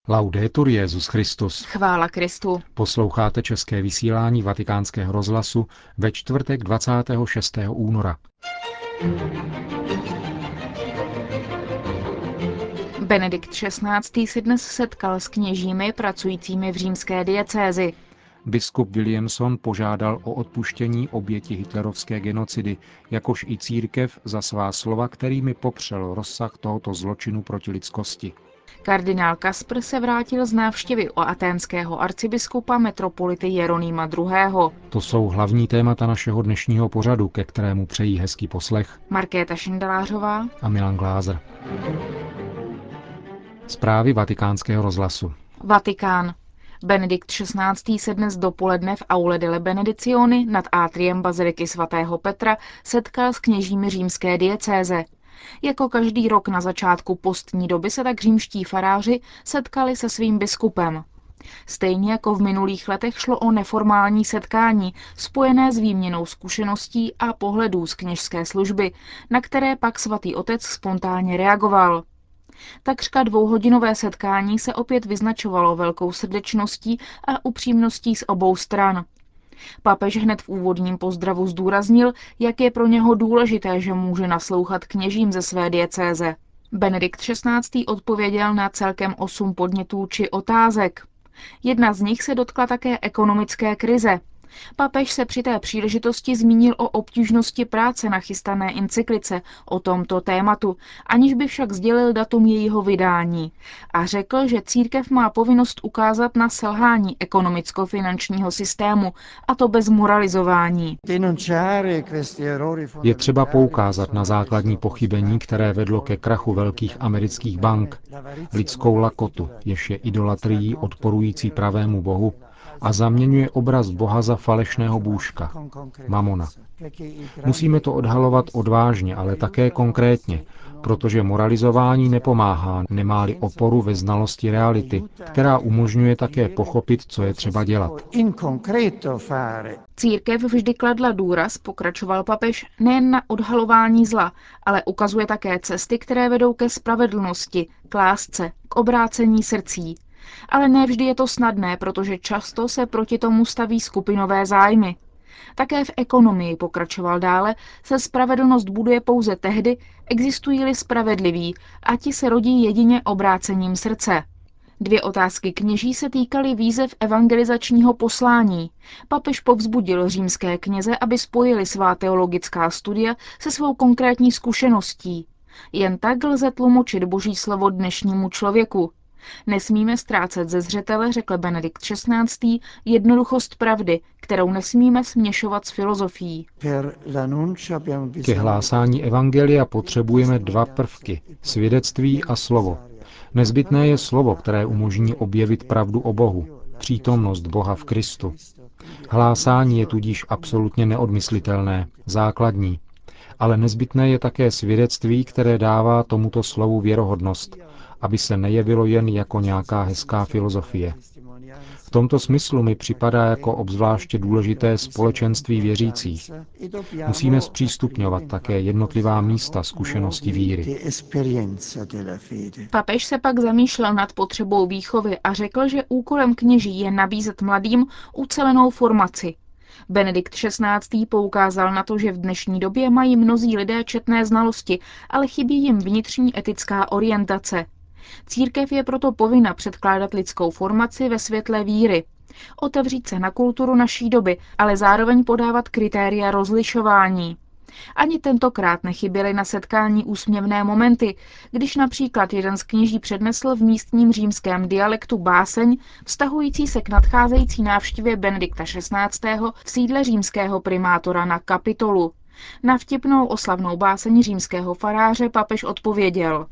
Laudetur Jesus Christus. Chvála Kristu. Posloucháte české vysílání Vatikánského rozhlasu ve čtvrtek 26. února. Benedikt XVI. Se dnes setkal s kněžími pracujícími v římské diecézi. Biskup Williamson požádal o odpuštění oběti hitlerovské genocidy, jakož i církev za svá slova, kterými popřel rozsah tohoto zločinu proti lidskosti. Kardinál Kasper se vrátil z návštěvy u athénského arcibiskupa metropolity Jeronýma II. To jsou hlavní témata našeho dnešního pořadu, ke kterému přejí hezký poslech Markéta Šindelářová a Milan Glázer. Zprávy Vatikánského rozhlasu. Vatikán. Benedikt XVI. Se dnes dopoledne v Aule delle Benedizioni nad átriem baziliky svatého Petra setkal s kněžími římské diecéze. Jako každý rok na začátku postní doby se tak římští faráři setkali se svým biskupem. Stejně jako v minulých letech šlo o neformální setkání, spojené s výměnou zkušeností a pohledů z kněžské služby, na které pak svatý otec spontánně reagoval. Takřka dvouhodinové setkání se opět vyznačovalo velkou srdečností a upřímností z obou stran. Papež hned v úvodním pozdravu zdůraznil, jak je pro něho důležité, že může naslouchat kněžím ze své diecéze. Benedikt XVI. Odpověděl na celkem 8 podnětů či otázek. Jedna z nich se dotkla také ekonomické krize. Papež se při té příležitosti zmínil o obtížnosti práce na chystané encyklice o tomto tématu, aniž by však sdělil datum jejího vydání. A řekl, že církev má povinnost ukázat na selhání ekonomicko-finančního systému, a to bez moralizování. Je třeba poukázat na základní pochybení, které vedlo ke krachu velkých amerických bank, lidskou lakotu, jež je idolatrií odporující pravému Bohu a zaměňuje obraz Boha za falešného bůžka, Mamona. Musíme to odhalovat odvážně, ale také konkrétně, protože moralizování nepomáhá, nemá-li oporu ve znalosti reality, která umožňuje také pochopit, co je třeba dělat. Církev vždy kladla důraz, pokračoval papež, nejen na odhalování zla, ale ukazuje také cesty, které vedou ke spravedlnosti, k lásce, k obrácení srdcí. Ale ne vždy je to snadné, protože často se proti tomu staví skupinové zájmy. Také v ekonomii, pokračoval dále, se spravedlnost buduje pouze tehdy, existují-li spravedliví, a ti se rodí jedině obrácením srdce. 2 otázky kněží se týkaly výzev evangelizačního poslání. Papež povzbudil římské kněze, aby spojili svá teologická studia se svou konkrétní zkušeností. Jen tak lze tlumočit Boží slovo dnešnímu člověku. Nesmíme ztrácet ze zřetele, řekl Benedikt XVI., jednoduchost pravdy, kterou nesmíme směšovat s filozofií. Ke hlásání evangelia potřebujeme 2 prvky, svědectví a slovo. Nezbytné je slovo, které umožní objevit pravdu o Bohu, přítomnost Boha v Kristu. Hlásání je tudíž absolutně neodmyslitelné, základní, ale nezbytné je také svědectví, které dává tomuto slovu věrohodnost, aby se nejevilo jen jako nějaká hezká filozofie. V tomto smyslu mi připadá jako obzvláště důležité společenství věřících. Musíme zpřístupňovat také jednotlivá místa zkušenosti víry. Papež se pak zamýšlel nad potřebou výchovy a řekl, že úkolem kněží je nabízet mladým ucelenou formaci. Benedikt XVI. Poukázal na to, že v dnešní době mají mnozí lidé četné znalosti, ale chybí jim vnitřní etická orientace. Církev je proto povinna předkládat lidskou formaci ve světle víry, otevřít se na kulturu naší doby, ale zároveň podávat kritéria rozlišování. Ani tentokrát nechyběly na setkání úsměvné momenty, když například jeden z kněží přednesl v místním římském dialektu báseň vztahující se k nadcházející návštěvě Benedikta XVI. V sídle římského primátora na Kapitolu. Na vtipnou oslavnou báseň římského faráře papež odpověděl: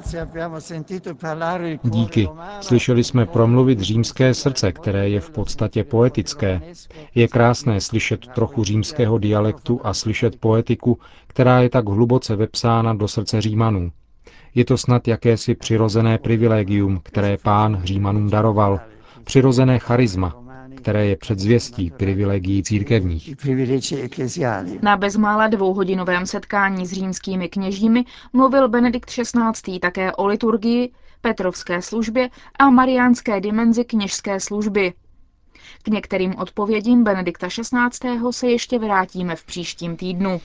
Díky. Slyšeli jsme promluvit římské srdce, které je v podstatě poetické. Je krásné slyšet trochu římského dialektu a slyšet poetiku, která je tak hluboce vepsána do srdce Římanů. Je to snad jakési přirozené privilegium, které Pán Římanům daroval, přirozené charisma, které je předzvěstí privilegií církevních. Na bezmála dvouhodinovém setkání s římskými kněžími mluvil Benedikt XVI. Také o liturgii, Petrovské službě a mariánské dimenzi kněžské služby. K některým odpovědím Benedikta XVI. Se ještě vrátíme v příštím týdnu.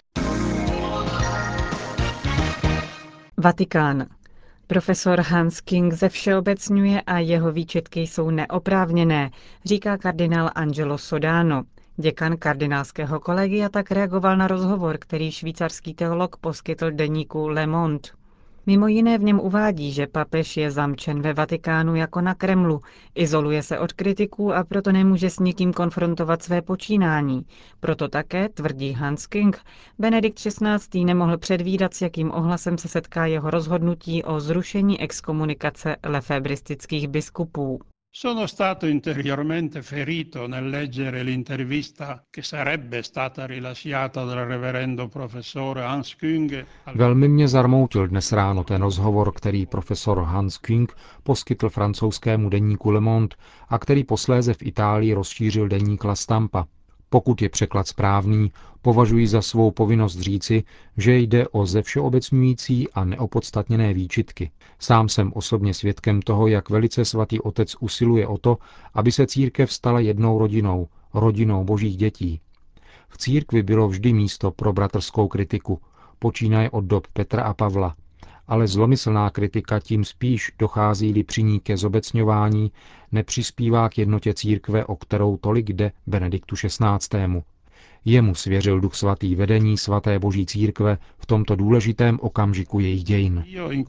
Vatikán. Profesor Hans King zevšeobecňuje a jeho výčetky jsou neoprávněné, říká kardinál Angelo Sodano. Děkan kardinálského kolegia tak reagoval na rozhovor, který švýcarský teolog poskytl deníku Le Monde. Mimo jiné v něm uvádí, že papež je zamčen ve Vatikánu jako na Kremlu, izoluje se od kritiků a proto nemůže s nikým konfrontovat své počínání. Proto také, tvrdí Hans King, Benedikt XVI. Nemohl předvídat, s jakým ohlasem se setká jeho rozhodnutí o zrušení exkomunikace lefebristických biskupů. Sono stato interiormente ferito nel leggere l'intervista che sarebbe stata rilasciata dal reverendo professore Hans Küng. Velmi mě zarmoutil dnes ráno ten rozhovor, který profesor Hans Küng poskytl francouzskému deníku Le Monde a který posléze v Itálii rozšířil deník La Stampa. Pokud je překlad správný, považuji za svou povinnost říci, že jde o zevšeobecňující a neopodstatněné výčitky. Sám jsem osobně svědkem toho, jak velice svatý otec usiluje o to, aby se církev stala jednou rodinou, rodinou božích dětí. V církvi bylo vždy místo pro bratrskou kritiku, počínaje od dob Petra a Pavla, ale zlomyslná kritika tím spíš, dochází-li při ní ke zobecňování, nepřispívá k jednotě církve, o kterou tolik jde Benediktu XVI. Jemu svěřil Duch svatý vedení svaté boží církve v tomto důležitém okamžiku jejich dějin.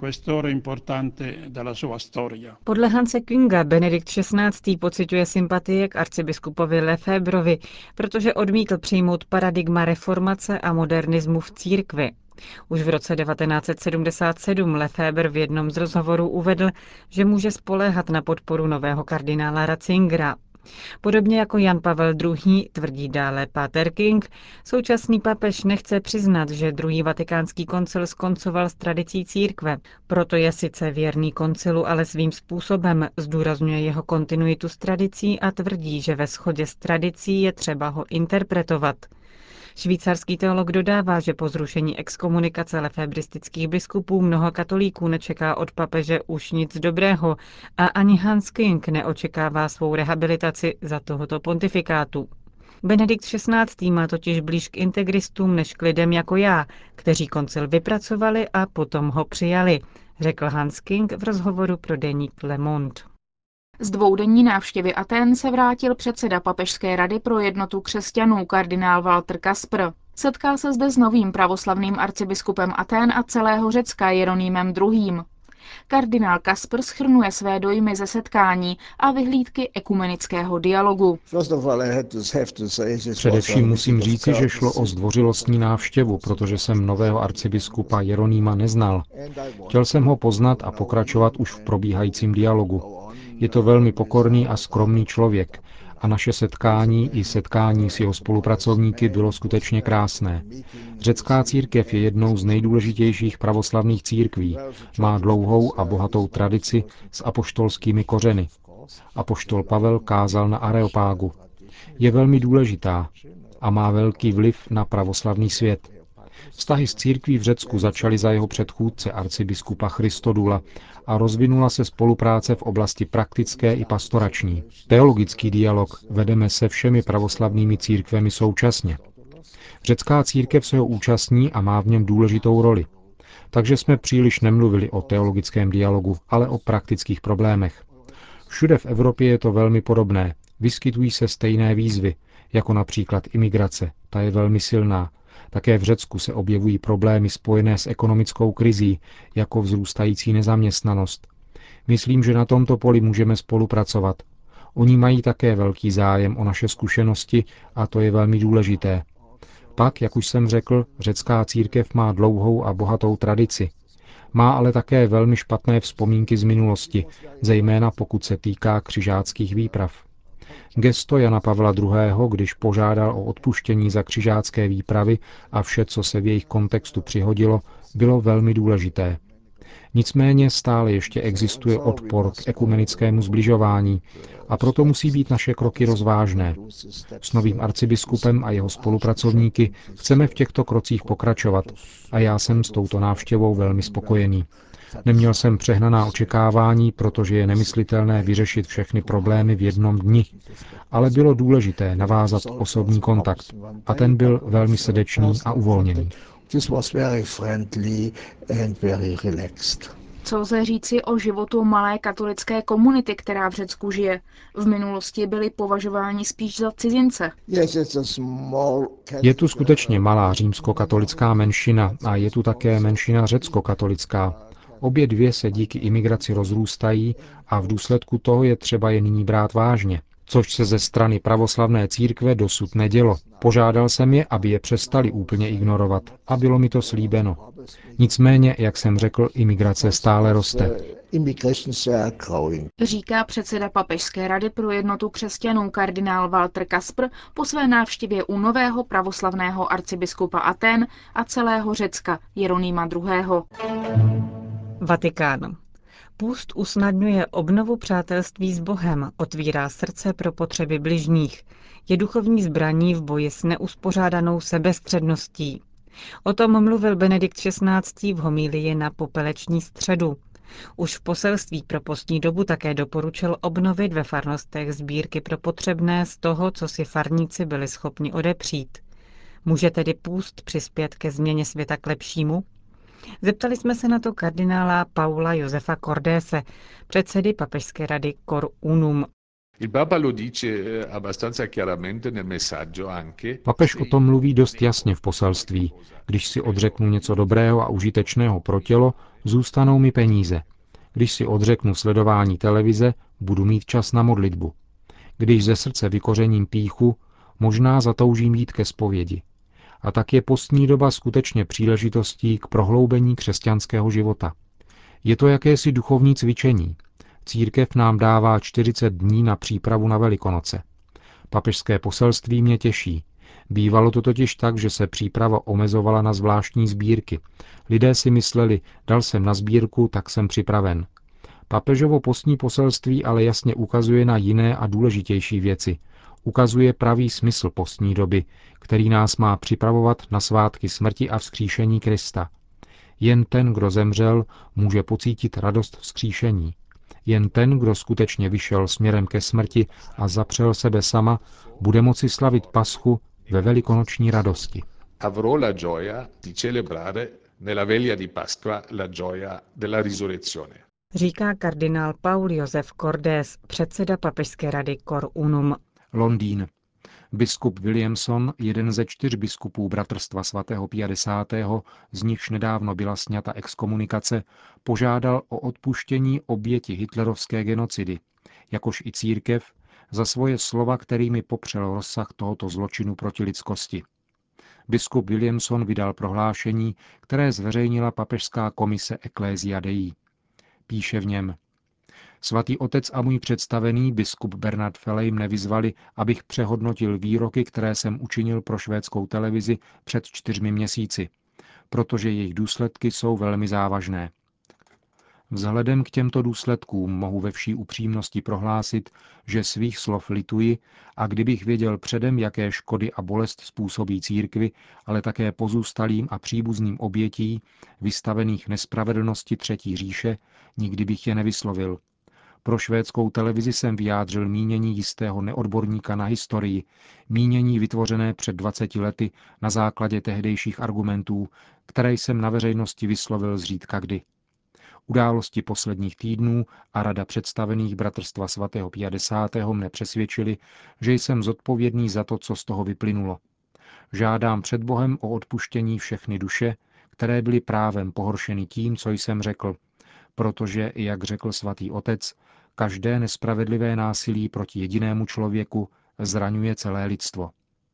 Podle Hanse Künga Benedikt XVI. Pociťuje sympatie k arcibiskupovi Lefebvrovi, protože odmítl přijmout paradigma reformace a modernismu v církvi. Už v roce 1977 Lefebvre v jednom z rozhovorů uvedl, že může spoléhat na podporu nového kardinála Ratzingera. Podobně jako Jan Pavel II., tvrdí dále Pater King, současný papež nechce přiznat, že druhý vatikánský koncil skoncoval s tradicí církve. Proto je sice věrný koncilu, ale svým způsobem zdůrazňuje jeho kontinuitu s tradicí a tvrdí, že ve shodě s tradicí je třeba ho interpretovat. Švýcarský teolog dodává, že po zrušení exkomunikace lefebristických biskupů mnoho katolíků nečeká od papeže už nic dobrého a ani Hans King neočekává svou rehabilitaci za tohoto pontifikátu. Benedikt XVI. Má totiž blíž k integristům než k lidem jako já, kteří koncil vypracovali a potom ho přijali, řekl Hans King v rozhovoru pro deník Le Monde. Z dvoudenní návštěvy Athén se vrátil předseda Papežské rady pro jednotu křesťanů kardinál Walter Kasper. Setkal se zde s novým pravoslavným arcibiskupem Athén a celého Řecka Jeronýmem II. Kardinál Kasper shrnuje své dojmy ze setkání a vyhlídky ekumenického dialogu. Především musím říci, že šlo o zdvořilostní návštěvu, protože jsem nového arcibiskupa Jeronýma neznal. Chtěl jsem ho poznat a pokračovat už v probíhajícím dialogu. Je to velmi pokorný a skromný člověk a naše setkání i setkání s jeho spolupracovníky bylo skutečně krásné. Řecká církev je jednou z nejdůležitějších pravoslavných církví. Má dlouhou a bohatou tradici s apoštolskými kořeny. Apoštol Pavel kázal na Areopágu. Je velmi důležitá a má velký vliv na pravoslavný svět. Vztahy s církví v Řecku začaly za jeho předchůdce arcibiskupa Christodula a rozvinula se spolupráce v oblasti praktické i pastorační. Teologický dialog vedeme se všemi pravoslavnými církvemi současně. Řecká církev se ho účastní a má v něm důležitou roli. Takže jsme příliš nemluvili o teologickém dialogu, ale o praktických problémech. Všude v Evropě je to velmi podobné. Vyskytují se stejné výzvy, jako například imigrace, ta je velmi silná. Také v Řecku se objevují problémy spojené s ekonomickou krizí, jako vzrůstající nezaměstnanost. Myslím, že na tomto poli můžeme spolupracovat. Oni mají také velký zájem o naše zkušenosti a to je velmi důležité. Pak, jak už jsem řekl, řecká církev má dlouhou a bohatou tradici. Má ale také velmi špatné vzpomínky z minulosti, zejména pokud se týká křižáckých výprav. Gesto Jana Pavla II., když požádal o odpuštění za křižácké výpravy a vše, co se v jejich kontextu přihodilo, bylo velmi důležité. Nicméně stále ještě existuje odpor k ekumenickému sbližování a proto musí být naše kroky rozvážné. S novým arcibiskupem a jeho spolupracovníky chceme v těchto krocích pokračovat a já jsem s touto návštěvou velmi spokojený. Neměl jsem přehnaná očekávání, protože je nemyslitelné vyřešit všechny problémy v jednom dni, ale bylo důležité navázat osobní kontakt a ten byl velmi srdečný a uvolněný. Co lze říci o životu malé katolické komunity, která v Řecku žije? V minulosti byli považováni spíš za cizince. Je tu skutečně malá římskokatolická menšina a je tu také menšina řeckokatolická. Obě dvě se díky imigraci rozrůstají a v důsledku toho je třeba je nyní brát vážně, což se ze strany pravoslavné církve dosud nedělo. Požádal jsem je, aby je přestali úplně ignorovat a bylo mi to slíbeno. Nicméně, jak jsem řekl, imigrace stále roste. Říká předseda Papežské rady pro jednotu křesťanů kardinál Walter Kasper po své návštěvě u nového pravoslavného arcibiskupa Athén a celého Řecka Jeronýma II. Vatikán. Půst usnadňuje obnovu přátelství s Bohem, otvírá srdce pro potřeby bližních. Je duchovní zbraní v boji s neuspořádanou sebestředností. O tom mluvil Benedikt XVI. V homílii na popeleční středu. Už v poselství pro postní dobu také doporučil obnovit ve farnostech sbírky pro potřebné z toho, co si farníci byli schopni odepřít. Může tedy půst přispět ke změně světa k lepšímu? Zeptali jsme se na to kardinála Paula Josefa Cordese, předsedy Papežské rady Cor Unum. Papež o tom mluví dost jasně v poselství. Když si odřeknu něco dobrého a užitečného pro tělo, zůstanou mi peníze. Když si odřeknu sledování televize, budu mít čas na modlitbu. Když ze srdce vykořením pýchu, možná zatoužím jít ke zpovědi. A tak je postní doba skutečně příležitostí k prohloubení křesťanského života. Je to jakési duchovní cvičení. Církev nám dává 40 dní na přípravu na Velikonoce. Papežské poselství mě těší. Bývalo to totiž tak, že se příprava omezovala na zvláštní sbírky. Lidé si mysleli, dal jsem na sbírku, tak jsem připraven. Papežovo postní poselství ale jasně ukazuje na jiné a důležitější věci. Ukazuje pravý smysl postní doby, který nás má připravovat na svátky smrti a vzkříšení Krista. Jen ten, kdo zemřel, může pocítit radost vzkříšení. Jen ten, kdo skutečně vyšel směrem ke smrti a zapřel sebe sama, bude moci slavit Paschu ve velikonoční radosti. Avrò la gioia di celebrare nella veglia di Pasqua la gioia della risurrezione. Říká kardinál Paul Josef Cordes, předseda Papežské rady Cor Unum. Londýn. Biskup Williamson, jeden ze 4 biskupů Bratrstva svatého Pia X., z nichž nedávno byla sňata exkomunikace, požádal o odpuštění oběti hitlerovské genocidy, jakož i církev, za svoje slova, kterými popřel rozsah tohoto zločinu proti lidskosti. Biskup Williamson vydal prohlášení, které zveřejnila papežská komise Ecclesia Dei. Píše v něm: Svatý otec a můj představený biskup Bernard Felley mne vyzvali, abych přehodnotil výroky, které jsem učinil pro švédskou televizi před 4 měsíci, protože jejich důsledky jsou velmi závažné. Vzhledem k těmto důsledkům mohu ve vší upřímnosti prohlásit, že svých slov lituji, a kdybych věděl předem, jaké škody a bolest způsobí církvi, ale také pozůstalým a příbuzným obětí, vystavených nespravedlnosti Třetí říše, nikdy bych je nevyslovil. Pro švédskou televizi jsem vyjádřil mínění jistého neodborníka na historii, mínění vytvořené před 20 lety na základě tehdejších argumentů, které jsem na veřejnosti vyslovil zřídka kdy. Události posledních týdnů a rada představených Bratrstva svatého Pia X. Mne přesvědčili, že jsem zodpovědný za to, co z toho vyplynulo. Žádám před Bohem o odpuštění všechny duše, které byly právem pohoršeny tím, co jsem řekl, protože, jak řekl svatý otec, každé nespravedlivé násilí proti jedinému člověku zraňuje celé lidstvo.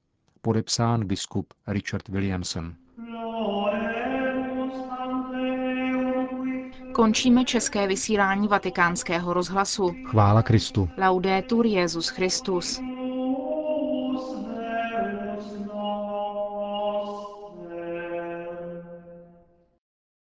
Podepsán biskup Richard Williamson. Končíme české vysílání Vatikánského rozhlasu. Chvála Kristu. Laudetur Jesus Christus.